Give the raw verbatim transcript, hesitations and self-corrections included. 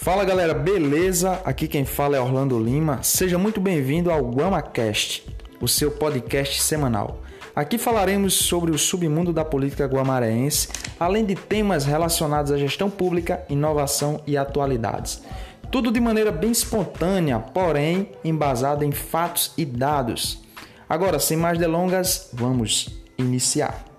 Fala galera, beleza? Aqui quem fala é Orlando Lima. Seja muito bem-vindo ao GuamaCast, o seu podcast semanal. Aqui falaremos sobre o submundo da política guamareense, além de temas relacionados à gestão pública, inovação e atualidades. Tudo de maneira bem espontânea, porém embasada em fatos e dados. Agora, sem mais delongas, vamos iniciar.